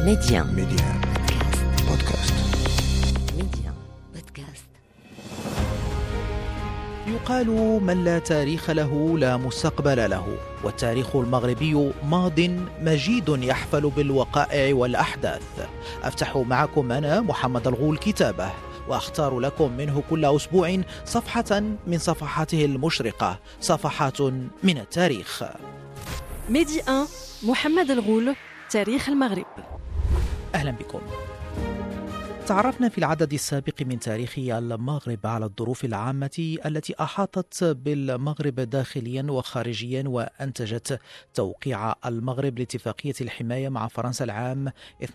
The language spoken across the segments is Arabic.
Média بودكاست. Média Podcast. يقال من لا تاريخ له لا مستقبل له، والتاريخ المغربي ماض مجيد يحفل بالوقائع والأحداث. أفتح معكم أنا محمد الغول كتابه، وأختار لكم منه كل أسبوع صفحة من صفحاته المشرقة، صفحات من التاريخ. ميدي 1 محمد الغول، تاريخ المغرب. أهلا بكم. تعرفنا في العدد السابق من تاريخ المغرب على الظروف العامة التي أحاطت بالمغرب داخليا وخارجيا، وأنتجت توقيع المغرب لاتفاقية الحماية مع فرنسا العام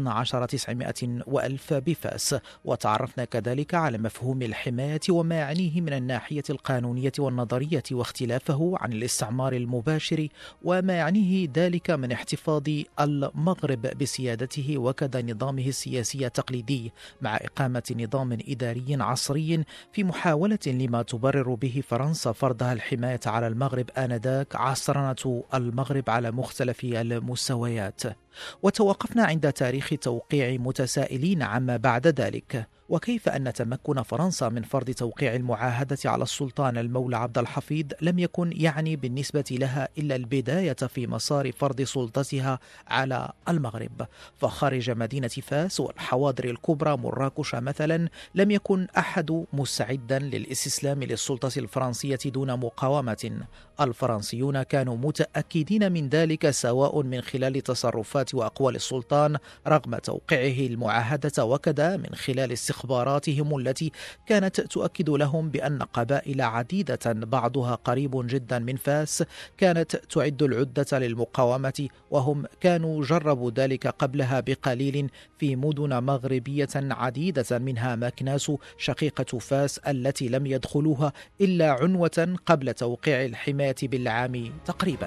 12900 بفاس. وتعرفنا كذلك على مفهوم الحماية وما يعنيه من الناحية القانونية والنظرية، واختلافه عن الاستعمار المباشر وما يعنيه ذلك من احتفاظ المغرب بسيادته وكذا نظامه السياسي التقليدي، مع إقامة نظام إداري عصري في محاولة لما تبرر به فرنسا فرضها الحماية على المغرب آنذاك، عصرنة المغرب على مختلف المستويات. وتوقفنا عند تاريخ توقيع متسائلين عما بعد ذلك، وكيف أن تمكن فرنسا من فرض توقيع المعاهدة على السلطان المولى عبد الحفيظ لم يكن يعني بالنسبة لها إلا البداية في مسار فرض سلطتها على المغرب. فخارج مدينة فاس والحواضر الكبرى مراكش مثلا لم يكن أحد مستعدا للاستسلام للسلطة الفرنسية دون مقاومة. الفرنسيون كانوا متأكدين من ذلك، سواء من خلال تصرفات وأقوال السلطان رغم توقيعه المعاهدة، وكذا من خلال استخباراتهم التي كانت تؤكد لهم بأن قبائل عديدة بعضها قريب جدا من فاس كانت تعد العدة للمقاومة، وهم كانوا جربوا ذلك قبلها بقليل في مدن مغربية عديدة، منها مكناس شقيقة فاس التي لم يدخلوها إلا عنوة قبل توقيع الحماية بالعام تقريبا.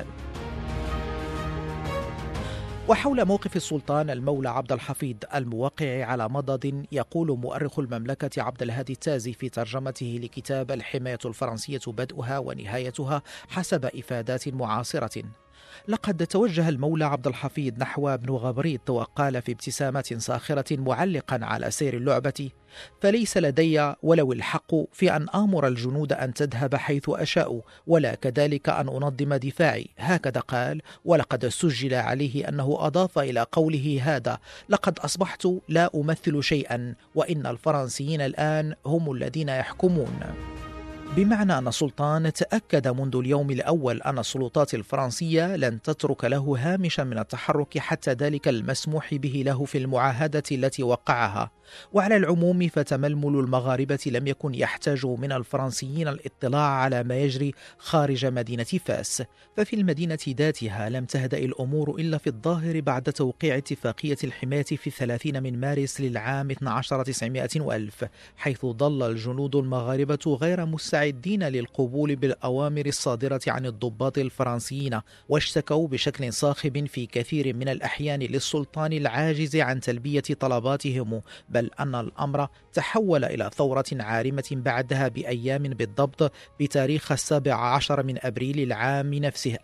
وحول موقف السلطان المولى عبد الحفيظ الموقع على مضض، يقول مؤرخ المملكة عبد الهادي التازي في ترجمته لكتاب الحماية الفرنسية بدءها ونهايتها حسب إفادات معاصرة: لقد توجه المولى عبد الحفيظ نحو ابن غبريط وقال في ابتسامة ساخرة معلقا على سير اللعبة: فليس لدي ولو الحق في أن آمر الجنود أن تذهب حيث أشاء، ولا كذلك أن أنظم دفاعي. هكذا قال. ولقد سجل عليه أنه أضاف إلى قوله هذا: لقد أصبحت لا أمثل شيئا، وإن الفرنسيين الآن هم الذين يحكمون. بمعنى أن السلطان تأكد منذ اليوم الأول أن السلطات الفرنسية لن تترك له هامشا من التحرك حتى ذلك المسموح به له في المعاهدة التي وقعها. وعلى العموم فتململ المغاربة لم يكن يحتاج من الفرنسيين الاطلاع على ما يجري خارج مدينة فاس، ففي المدينة ذاتها لم تهدأ الأمور إلا في الظاهر بعد توقيع اتفاقية الحماية في 30 من مارس للعام 12900، حيث ظل الجنود المغاربة غير مستعدين للقبول بالأوامر الصادرة عن الضباط الفرنسيين، واشتكوا بشكل صاخب في كثير من الأحيان للسلطان العاجز عن تلبية طلباتهم، بل أن الأمر تحول إلى ثورة عارمة بعدها بأيام بالضبط، بتاريخ 17 من أبريل العام نفسه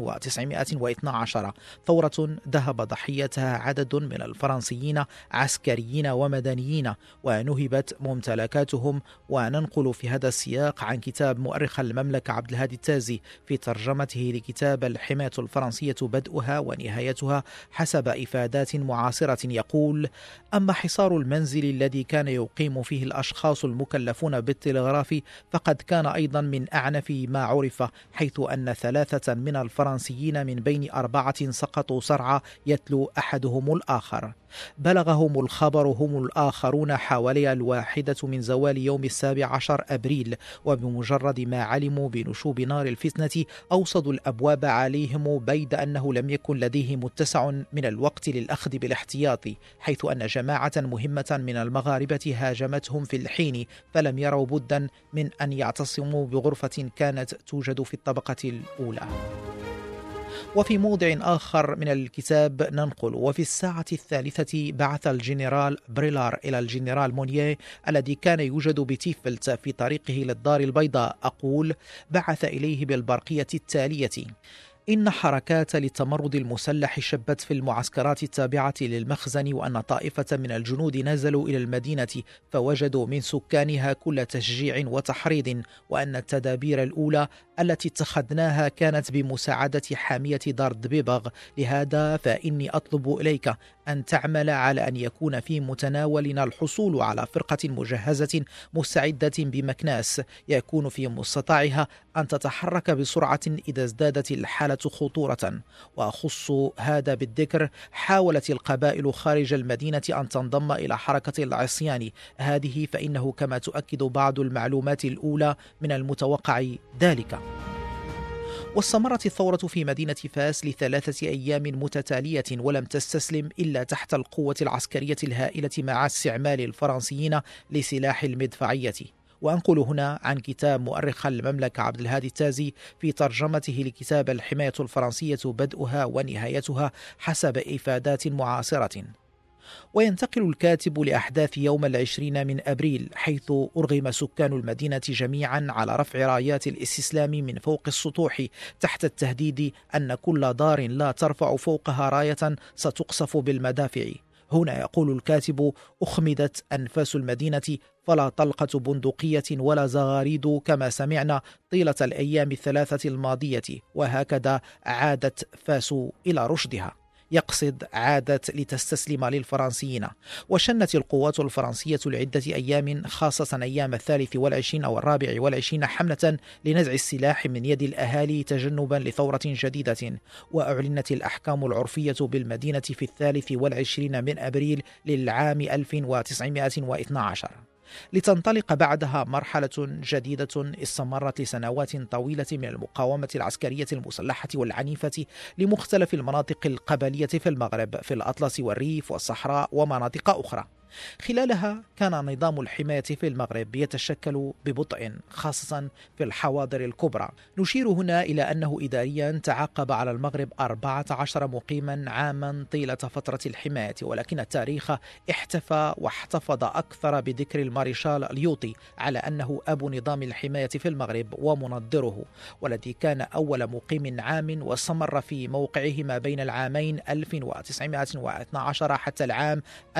1912، ثورة ذهب ضحيتها عدد من الفرنسيين عسكريين ومدنيين ونهبت ممتلكاتهم. وننقل في هذا السياق عن كتاب مؤرخ المملكة عبد الهادي التازي في ترجمته لكتاب الحماية الفرنسية بدءها ونهايتها حسب إفادات معاصرة، يقول: أما حصار المنزل الذي كان يقيم فيه الأشخاص المكلفون بالتلغراف فقد كان أيضا من أعنف ما عرف، حيث أن 3 من الفرنسيين من بين 4 سقطوا صرعى يتلو أحدهم الآخر. بلغهم الخبر هم الآخرون حوالي 1 من زوال يوم 17 أبريل، وبمجرد ما علموا بنشوب نار الفتنة أوصدوا الأبواب عليهم، بيد أنه لم يكن لديهم متسع من الوقت للأخذ بالاحتياط، حيث أن جماعة مهمة من المغاربة هاجمتهم في الحين، فلم يروا بدا من أن يعتصموا بغرفة كانت توجد في الطبقة الأولى. وفي موضع آخر من الكتاب ننقل: وفي الساعة 3 بعث الجنرال بريلار إلى الجنرال مونيه الذي كان يوجد بتيفلت في طريقه للدار البيضاء، أقول: بعث إليه بالبرقية التالية: إن حركات للتمرد المسلح شبت في المعسكرات التابعة للمخزن، وأن طائفة من الجنود نزلوا إلى المدينة فوجدوا من سكانها كل تشجيع وتحريض، وأن التدابير الأولى التي اتخذناها كانت بمساعدة حامية دار الدبيبغ. لهذا فإني أطلب إليك أن تعمل على أن يكون في متناولنا الحصول على فرقة مجهزة مستعدة بمكناس يكون في مستطاعها أن تتحرك بسرعة إذا ازدادت الحالة خطورة. وأخص هذا بالذكر، حاولت القبائل خارج المدينة أن تنضم إلى حركة العصيان هذه، فإنه كما تؤكد بعض المعلومات الأولى من المتوقع ذلك. واستمرت الثورة في مدينة فاس ل3 أيام متتالية، ولم تستسلم إلا تحت القوة العسكرية الهائلة مع استعمال الفرنسيين لسلاح المدفعية. وأنقل هنا عن كتاب مؤرخ المملكة عبد الهادي التازي في ترجمته لكتاب الحماية الفرنسية بدءها ونهايتها حسب إفادات معاصرة. وينتقل الكاتب لأحداث يوم 20 من أبريل، حيث أرغم سكان المدينة جميعا على رفع رايات الاستسلام من فوق السطوح، تحت التهديد أن كل دار لا ترفع فوقها راية ستقصف بالمدافع. هنا يقول الكاتب: أخمدت أنفاس المدينة، فلا طلقة بندقية ولا زغاريد كما سمعنا طيلة الأيام ال3 الماضية، وهكذا عادت فاس إلى رشدها. يقصد عادت لتستسلم للفرنسيين. وشنت القوات الفرنسية لعدة أيام، خاصة أيام 23 أو 24 حملة لنزع السلاح من يد الأهالي تجنبا لثورة جديدة. وأعلنت الأحكام العرفية بالمدينة في 23 من أبريل للعام 1912، لتنطلق بعدها مرحلة جديدة استمرت لسنوات طويلة من المقاومة العسكرية المسلحة والعنيفة لمختلف المناطق القبلية في المغرب، في الأطلس والريف والصحراء ومناطق أخرى. خلالها كان نظام الحماية في المغرب يتشكل ببطء، خاصة في الحواضر الكبرى. نشير هنا إلى أنه إداريا تعاقب على المغرب 14 مقيما عاما طيلة فترة الحماية، ولكن التاريخ احتفى واحتفظ أكثر بذكر المارشال اليوطي على أنه أبو نظام الحماية في المغرب ومنظره، والذي كان أول مقيم عام واستمر في موقعه ما بين العامين 1912 حتى العام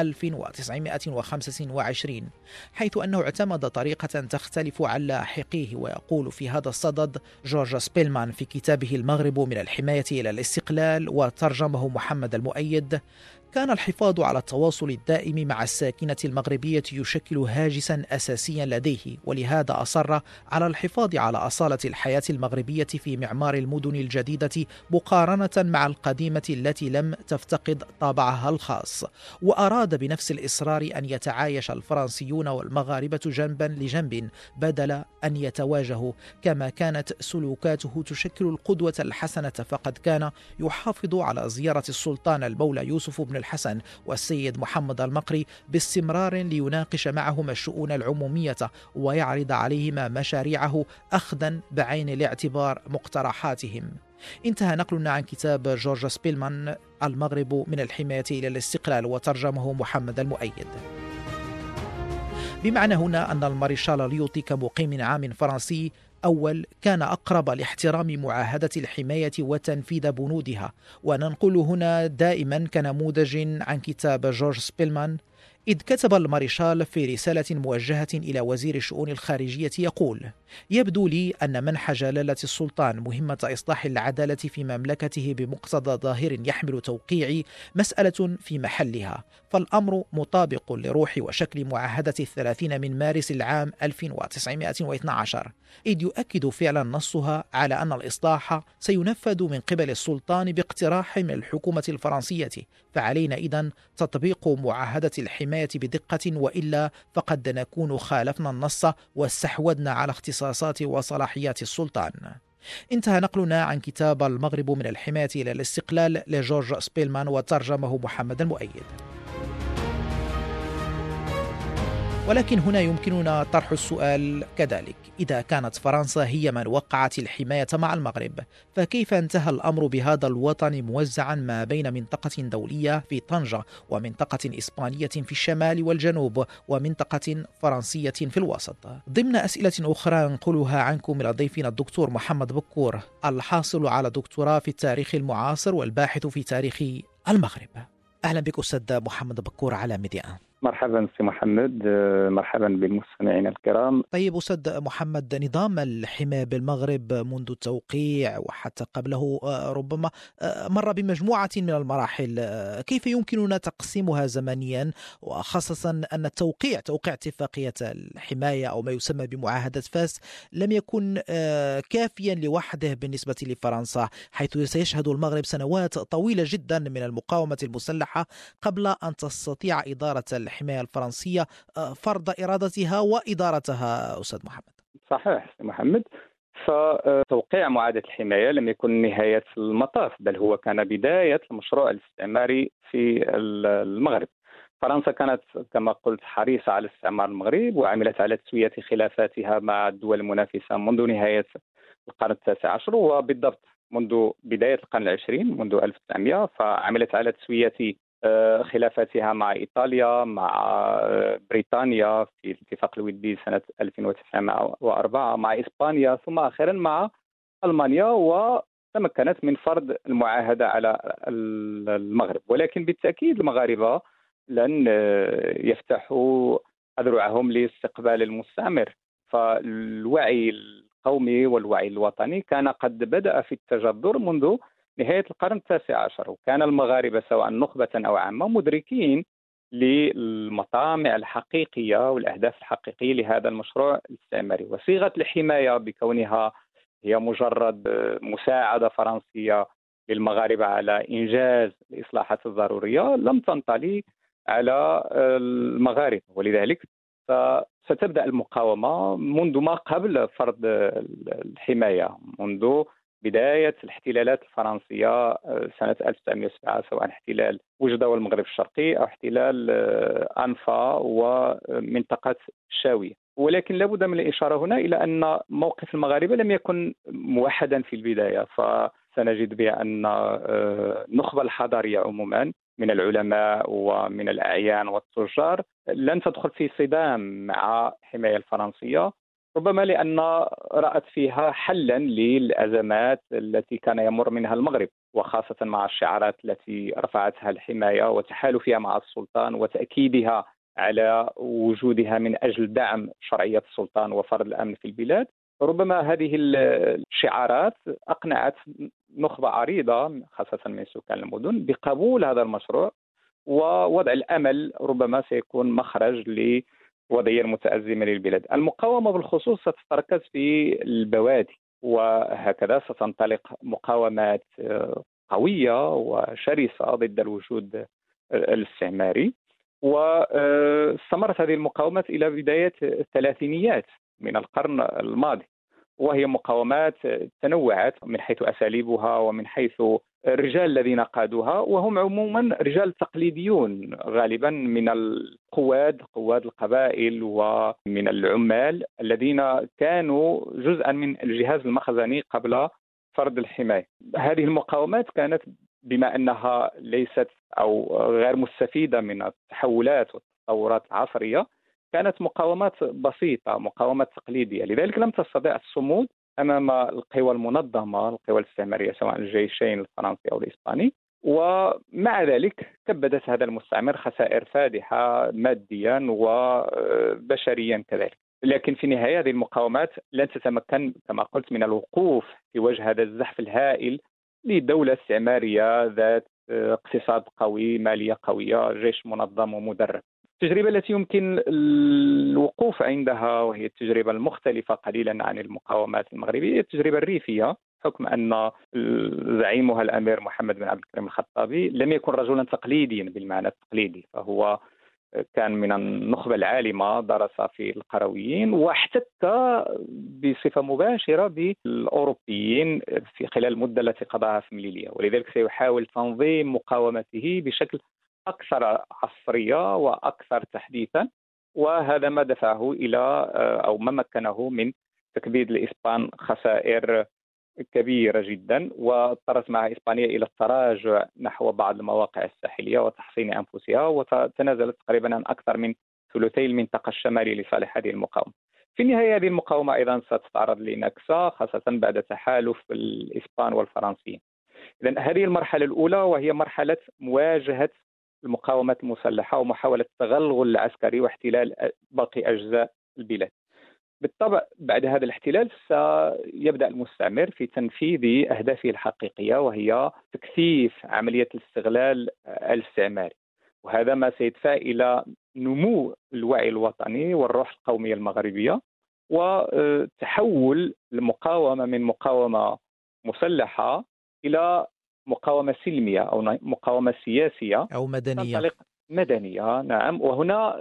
1925، حيث أنه اعتمد طريقة تختلف عن لاحقيه. ويقول في هذا الصدد جورج سبيلمان في كتابه المغرب من الحماية إلى الاستقلال، وترجمه محمد المؤيد: كان الحفاظ على التواصل الدائم مع الساكنة المغربية يشكل هاجسا أساسيا لديه، ولهذا أصر على الحفاظ على أصالة الحياة المغربية في معمار المدن الجديدة مقارنة مع القديمة التي لم تفتقد طابعها الخاص. وأراد بنفس الإصرار أن يتعايش الفرنسيون والمغاربة جنبا لجنب بدل أن يتواجهوا، كما كانت سلوكاته تشكل القدوة الحسنة، فقد كان يحافظ على زيارة السلطان المولى يوسف بن الحسن والسيد محمد المقري باستمرار ليناقش معهما الشؤون العمومية ويعرض عليهما مشاريعه أخذا بعين الاعتبار مقترحاتهم. انتهى نقلنا عن كتاب جورج سبيلمان المغرب من الحماية إلى الاستقلال، وترجمه محمد المؤيد. بمعنى هنا أن المارشال اليوطي كمقيم عام فرنسي أول كان أقرب لاحترام معاهدة الحماية وتنفيذ بنودها. وننقل هنا دائما كنموذج عن كتاب جورج سبيلمان، إذ كتب المارشال في رسالة موجهة إلى وزير الشؤون الخارجية يقول: يبدو لي أن منح جلالة السلطان مهمة إصلاح العدالة في مملكته بمقتضى ظاهر يحمل توقيعي مسألة في محلها، فالأمر مطابق لروح وشكل معاهدة 30 من مارس العام 1912، إذ يؤكد فعلا نصها على أن الإصلاح سينفذ من قبل السلطان باقتراح من الحكومة الفرنسية، فعلينا إذن تطبيق معاهدة الحماية بدقة، وإلا فقد نكون خالفنا النص واستحوذنا على اختصاصات وصلاحيات السلطان. انتهى نقلنا عن كتاب المغرب من الحماية إلى الاستقلال لجورج سبيلمان، وترجمه محمد المؤيد. ولكن هنا يمكننا طرح السؤال كذلك: إذا كانت فرنسا هي من وقعت الحماية مع المغرب، فكيف انتهى الأمر بهذا الوطن موزعا ما بين منطقة دولية في طنجة ومنطقة إسبانية في الشمال والجنوب ومنطقة فرنسية في الوسط؟ ضمن أسئلة أخرى ننقلها عنكم إلى ضيفنا الدكتور محمد بكور، الحاصل على دكتوراه في التاريخ المعاصر والباحث في تاريخ المغرب. أهلا بك أستاذ محمد بكور على ميديا. مرحبا سي محمد، مرحبا بالمستمعين الكرام. طيب أستاذ محمد، نظام الحماية بالمغرب منذ التوقيع وحتى قبله ربما مر بمجموعة من المراحل، كيف يمكننا تقسيمها زمنيا، وخاصة أن توقيع اتفاقية الحماية أو ما يسمى بمعاهدة فاس لم يكن كافيا لوحده بالنسبة لفرنسا، حيث سيشهد المغرب سنوات طويلة جدا من المقاومة المسلحة قبل أن تستطيع إدارة الحماية الفرنسية فرض إرادتها وإدارتها. أستاذ محمد. صحيح محمد، فتوقيع معاهدة الحماية لم يكن نهاية المطاف، بل هو كان بداية المشروع الاستعماري في المغرب. فرنسا كانت كما قلت حريصة على استعمار المغرب، وعملت على تسوية خلافاتها مع الدول المنافسة منذ نهاية القرن التاسع عشر، وبالضبط منذ بداية القرن العشرين، منذ 1900. فعملت على تسوية خلافاتها مع إيطاليا، مع بريطانيا في الاتفاق الودي سنة 1904، مع إسبانيا، ثم أخيرا مع ألمانيا، وتمكنت من فرض المعاهدة على المغرب. ولكن بالتأكيد المغاربة لن يفتحوا أذرعهم لاستقبال المستعمر، فالوعي القومي والوعي الوطني كان قد بدأ في التجذر منذ نهاية القرن التاسع عشر، وكان المغاربة سواء نخبة أو عامة مدركين للمطامع الحقيقية والأهداف الحقيقية لهذا المشروع الاستعماري. وصيغة الحماية بكونها هي مجرد مساعدة فرنسية للمغاربة على إنجاز الإصلاحات الضرورية لم تنطلي على المغاربة، ولذلك ستبدأ المقاومة منذ ما قبل فرض الحماية، منذ بداية الاحتلالات الفرنسية سنة 1907، سواء احتلال وجدة والمغرب الشرقي أو احتلال أنفا ومنطقة الشاوية. ولكن لابد من الإشارة هنا إلى أن موقف المغاربة لم يكن موحدا في البداية، فسنجد بأن النخبة الحضارية عموما من العلماء ومن الأعيان والتجار لن تدخل في صدام مع الحماية الفرنسية، ربما لأن رأت فيها حلا للأزمات التي كان يمر منها المغرب، وخاصة مع الشعارات التي رفعتها الحماية وتحالفها مع السلطان وتأكيدها على وجودها من أجل دعم شرعية السلطان وفرض الأمن في البلاد. ربما هذه الشعارات أقنعت نخبة عريضة خاصة من سكان المدن بقبول هذا المشروع، ووضع الأمل ربما سيكون مخرج لوضعية المتأزمة للبلاد. المقاومة بالخصوص ستتركز في البوادي، وهكذا ستنطلق مقاومات قوية وشرسة ضد الوجود الاستعماري. واستمرت هذه المقاومات إلى بداية الثلاثينيات من القرن الماضي، وهي مقاومات تنوعت من حيث أساليبها ومن حيث الرجال الذين قادوها، وهم عموما رجال تقليديون غالبا من قواد القبائل ومن العمال الذين كانوا جزءا من الجهاز المخزني قبل فرض الحماية. هذه المقاومات كانت بما أنها ليست أو غير مستفيدة من التحولات والتطورات العصرية، كانت مقاومات بسيطة، مقاومات تقليدية، لذلك لم تستطع الصمود أمام القوى المنظمة، القوى الاستعمارية سواء الجيشين الفرنسي أو الإسباني. ومع ذلك كبدت هذا المستعمر خسائر فادحة ماديا وبشريا كذلك. لكن في النهاية هذه المقاومات لن تتمكن كما قلت من الوقوف في وجه هذا الزحف الهائل لدولة استعمارية ذات اقتصاد قوي، مالية قوية، جيش منظم ومدرب. التجربة التي يمكن الوقوف عندها وهي التجربة المختلفة قليلا عن المقاومات المغربية، هي التجربة الريفية، حكم أن زعيمها الأمير محمد بن عبد الكريم الخطابي لم يكن رجلا تقليديا بالمعنى التقليدي، فهو كان من النخبة العالمة، درس في القرويين واحتك بصفة مباشرة بالأوروبيين في خلال المدة التي قضاها في مليلية، ولذلك سيحاول تنظيم مقاومته بشكل أكثر عصرية وأكثر تحديثا. وهذا ما دفعه إلى أو ما مكنه من تكبيد الإسبان خسائر كبيرة جدا، واضطرت مع إسبانيا إلى التراجع نحو بعض المواقع الساحلية وتحصين أنفسها، وتنازلت تقريبا عن أكثر من ثلثي المنطقة الشمالية لصالح هذه المقاومة. في النهاية هذه المقاومة أيضا ستتعرض لنكسة، خاصة بعد تحالف الإسبان والفرنسيين. إذن هذه المرحلة الأولى، وهي مرحلة مواجهة المقاومة المسلحة ومحاولة التغلغل العسكري واحتلال باقي أجزاء البلاد. بالطبع بعد هذا الاحتلال سيبدأ المستعمر في تنفيذ أهدافه الحقيقية، وهي تكثيف عملية الاستغلال الاستعماري، وهذا ما سيدفع إلى نمو الوعي الوطني والروح القومية المغربية، وتحول المقاومة من مقاومة مسلحة إلى مقاومة سلمية أو مقاومة سياسية أو مدنية. مدنية، نعم. وهنا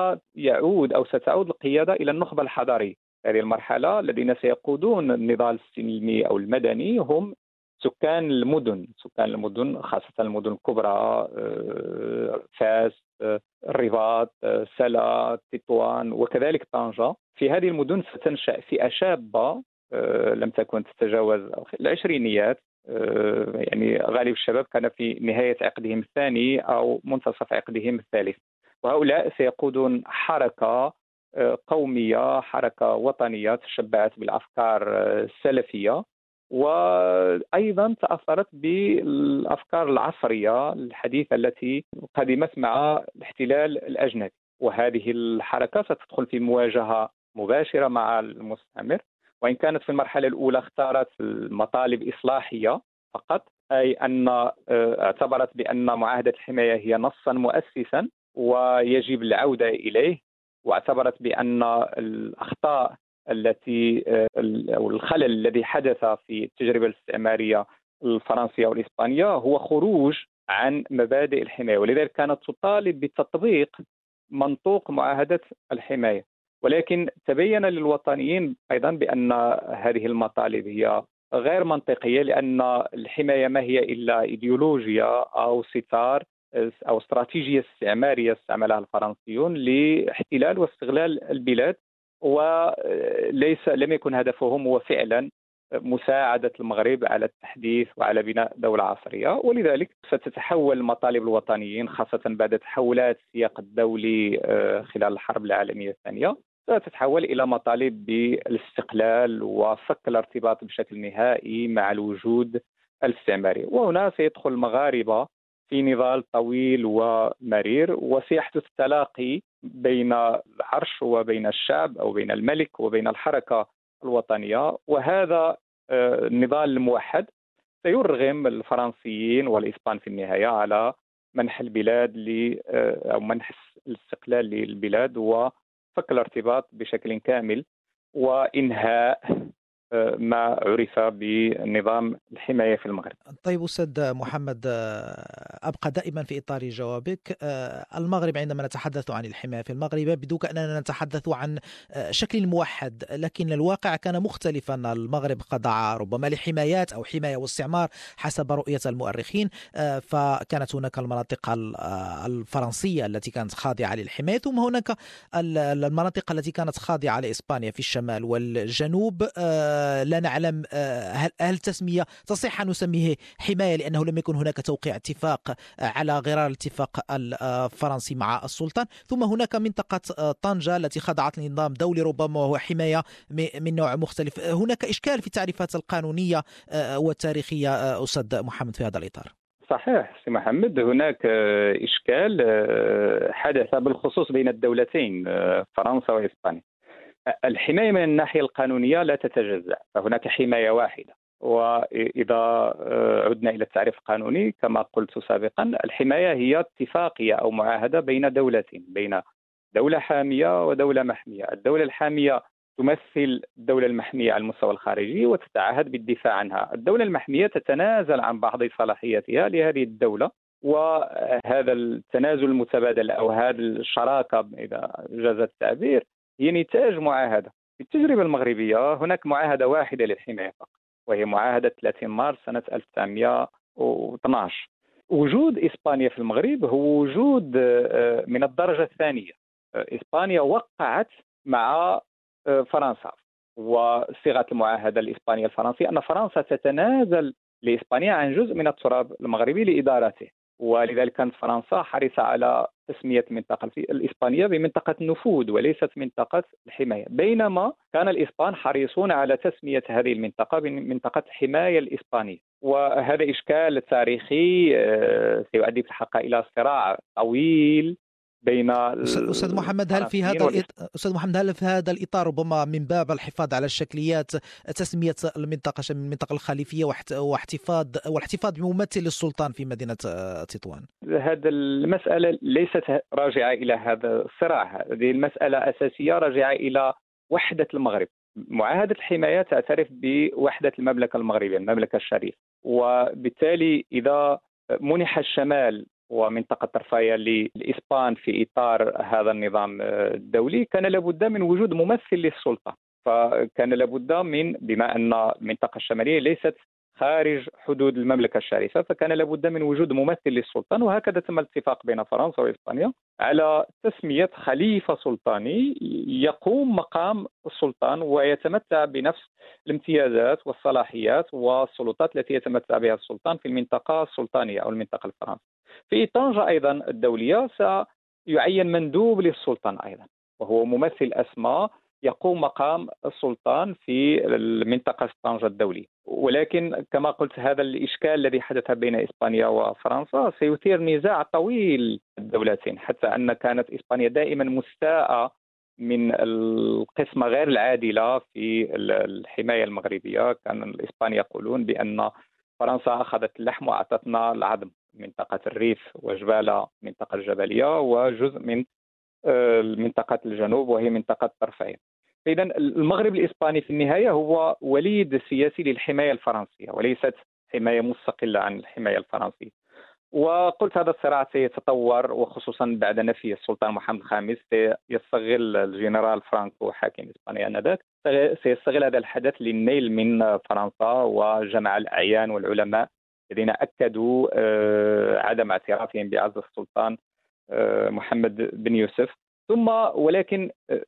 ستعود القيادة إلى النخبة الحضارية. هذه المرحلة الذين سيقودون النضال السلمي أو المدني هم سكان المدن، خاصة المدن الكبرى، فاس، الرباط، سلا، تطوان، وكذلك طنجة. في هذه المدن ستنشأ فئة شابة لم تكن تتجاوز العشرينيات، يعني غالب الشباب كان في نهاية عقدهم الثاني أو منتصف عقدهم الثالث، وهؤلاء سيقودون حركة قومية، حركة وطنية تشبعت بالأفكار السلفية، وأيضا تأثرت بالأفكار العصرية الحديثة التي قدمت مع الاحتلال الأجنبي. وهذه الحركة ستدخل في مواجهة مباشرة مع المستعمر، وإن كانت في المرحلة الأولى اختارت المطالب إصلاحية فقط، أي أن اعتبرت بأن معاهدة الحماية هي نصا مؤسسا ويجب العودة إليه، واعتبرت بأن الأخطاء التي أو الخلل الذي حدث في التجربة الاستعمارية الفرنسية والإسبانية هو خروج عن مبادئ الحماية، ولذلك كانت تطالب بتطبيق منطوق معاهدة الحماية. ولكن تبين للوطنيين أيضا بأن هذه المطالب هي غير منطقية، لأن الحماية ما هي إلا إيديولوجيا أو ستار أو استراتيجية استعمارية استعملها الفرنسيون لاحتلال واستغلال البلاد، لم يكن هدفهم هو فعلا مساعدة المغرب على التحديث وعلى بناء دولة عصرية. ولذلك ستتحول مطالب الوطنيين، خاصة بعد تحولات السياق الدولي خلال الحرب العالمية الثانية، ستتحول إلى مطالب بالاستقلال وفك الارتباط بشكل نهائي مع الوجود الاستعماري. وهنا سيدخل المغاربة في نضال طويل ومرير، وسيحدث تلاقي بين العرش وبين الشعب أو بين الملك وبين الحركة الوطنية، وهذا النضال الموحد سيرغم الفرنسيين والإسبان في النهاية على منح البلاد أو منح الاستقلال للبلاد وفك الارتباط بشكل كامل وإنهاء ما عرف بنظام الحماية في المغرب. طيب أستاذ محمد، أبقى دائما في إطار جوابك. المغرب عندما نتحدث عن الحماية في المغرب بدون أننا نتحدث عن شكل موحد، لكن الواقع كان مختلفا. المغرب خضع ربما لحمايات أو حماية واستعمار حسب رؤية المؤرخين، فكانت هناك المناطق الفرنسية التي كانت خاضعة للحماية، ثم هناك المناطق التي كانت خاضعة لإسبانيا في الشمال والجنوب. لا نعلم هل تسمية تصح أن نسميه حماية، لأنه لم يكن هناك توقيع اتفاق على غرار الاتفاق الفرنسي مع السلطان. ثم هناك منطقة طنجة التي خضعت لنظام دولي ربما وهو حماية من نوع مختلف. هناك إشكال في التعريفات القانونية والتاريخية أستاذ محمد في هذا الإطار. صحيح سي محمد، هناك إشكال حدث بالخصوص بين الدولتين فرنسا وإسبانيا. الحماية من الناحية القانونية لا تتجزأ، فهناك حماية واحدة. وإذا عدنا إلى التعريف القانوني كما قلت سابقا، الحماية هي اتفاقية أو معاهدة بين دولتين، بين دولة حامية ودولة محمية. الدولة الحامية تمثل الدولة المحمية على المستوى الخارجي وتتعهد بالدفاع عنها. الدولة المحمية تتنازل عن بعض صلاحياتها لهذه الدولة، وهذا التنازل المتبادل أو هذه الشراكة إذا جاز التعبير هي نتاج معاهدة. في التجربة المغربية هناك معاهدة واحدة للحماية فقط، وهي معاهدة 30 مارس سنة 1912. وجود إسبانيا في المغرب هو وجود من الدرجة الثانية، إسبانيا وقعت مع فرنسا، وصيغة المعاهدة الإسبانية الفرنسية أن فرنسا تتنازل لإسبانيا عن جزء من التراب المغربي لإدارته، ولذلك كانت فرنسا حريصة على تسمية المنطقة الإسبانية بمنطقة النفوذ وليست منطقة الحماية، بينما كان الإسبان حريصون على تسمية هذه المنطقة بمنطقة الحماية الإسبانية. وهذا إشكال تاريخي سيؤدي في الحقيقة إلى صراع طويل بين أستاذ محمد، هل في هذا الإطار ربما من باب الحفاظ على الشكليات تسمية المنطقة الخليفية والاحتفاظ بممثل للسلطان في مدينة تطوان؟ هذه المسألة ليست راجعة إلى هذا الصراع، هذه المسألة أساسية راجعة إلى وحدة المغرب. معاهدة الحماية تعترف بوحدة المملكة المغربية، المملكة الشريفة، وبالتالي إذا منح الشمال ومنطقة طرفايا للإسبان في إطار هذا النظام الدولي، كان لابد من وجود ممثل للسلطة، فكان لابد بما أن المنطقة الشمالية ليست خارج حدود المملكة الشريفة، فكان لابد من وجود ممثل للسلطان، وهكذا تم الاتفاق بين فرنسا وإسبانيا على تسمية خليفة سلطاني يقوم مقام السلطان ويتمتع بنفس الامتيازات والصلاحيات والسلطات التي يتمتع بها السلطان في المنطقة السلطانية أو المنطقة الفرنسية. في طنجة أيضا الدولية سيعين مندوب للسلطان أيضا، وهو ممثل أسمى يقوم مقام السلطان في المنطقة طنجة الدولية. ولكن كما قلت هذا الإشكال الذي حدث بين إسبانيا وفرنسا سيثير نزاع طويل الدولتين، حتى أن كانت إسبانيا دائما مستاءة من القسمة غير العادلة في الحماية المغربية. كان الإسبان يقولون بأن فرنسا أخذت اللحم وأعطتنا العظم، منطقة الريف وجبالة منطقة الجبلية وجزء من منطقة الجنوب وهي منطقة طرفايا. إذن المغرب الإسباني في النهاية هو وليد سياسي للحماية الفرنسية وليست حماية مستقلة عن الحماية الفرنسية. وقلت هذا الصراع سيتطور، وخصوصا بعد نفي السلطان محمد الخامس سيستغل الجنرال فرانكو حاكم إسبانيا آنذاك، سيستغل هذا الحدث للنيل من فرنسا وجمع الأعيان والعلماء الذين أكدوا عدم اعترافهم بعزل السلطان محمد بن يوسف. ثم ولكن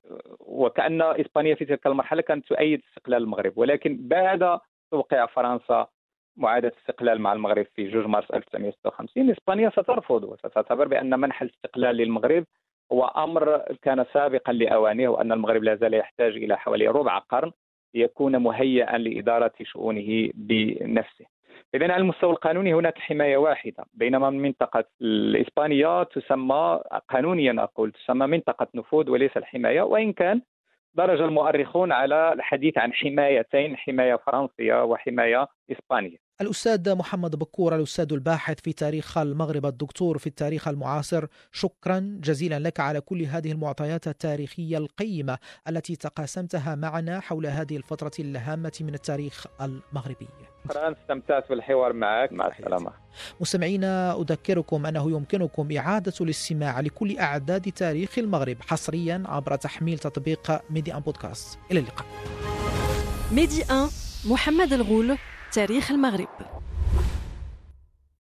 وكأن إسبانيا في تلك المرحلة كانت تؤيد استقلال المغرب، ولكن بعد توقيع فرنسا معاهدة استقلال مع المغرب في 2 مارس 1956 إسبانيا سترفض وستعتبر بأن منح الاستقلال للمغرب هو أمر كان سابقا لأوانه، وأن المغرب لا زال يحتاج إلى حوالي ربع قرن ليكون مهيئا لإدارة شؤونه بنفسه. إذن على المستوى القانوني هناك حماية واحدة، بينما المنطقة الإسبانية تسمى قانونيا تسمى منطقة نفوذ وليس الحماية، وإن كان درج المؤرخون على الحديث عن حمايتين، حماية فرنسية وحماية إسبانية. الأستاذ محمد بكور، الأستاذ الباحث في تاريخ المغرب، الدكتور في التاريخ المعاصر، شكرا جزيلا لك على كل هذه المعطيات التاريخية القيمة التي تقاسمتها معنا حول هذه الفترة الهامة من التاريخ المغربي. شكرا، استمتعت بالحوار معك. مع السلامة. مستمعينا، أذكركم أنه يمكنكم إعادة الاستماع لكل أعداد تاريخ المغرب حصريا عبر تحميل تطبيق ميدي أن بودكاست. إلى اللقاء. ميدي أن، محمد الغول، تاريخ المغرب.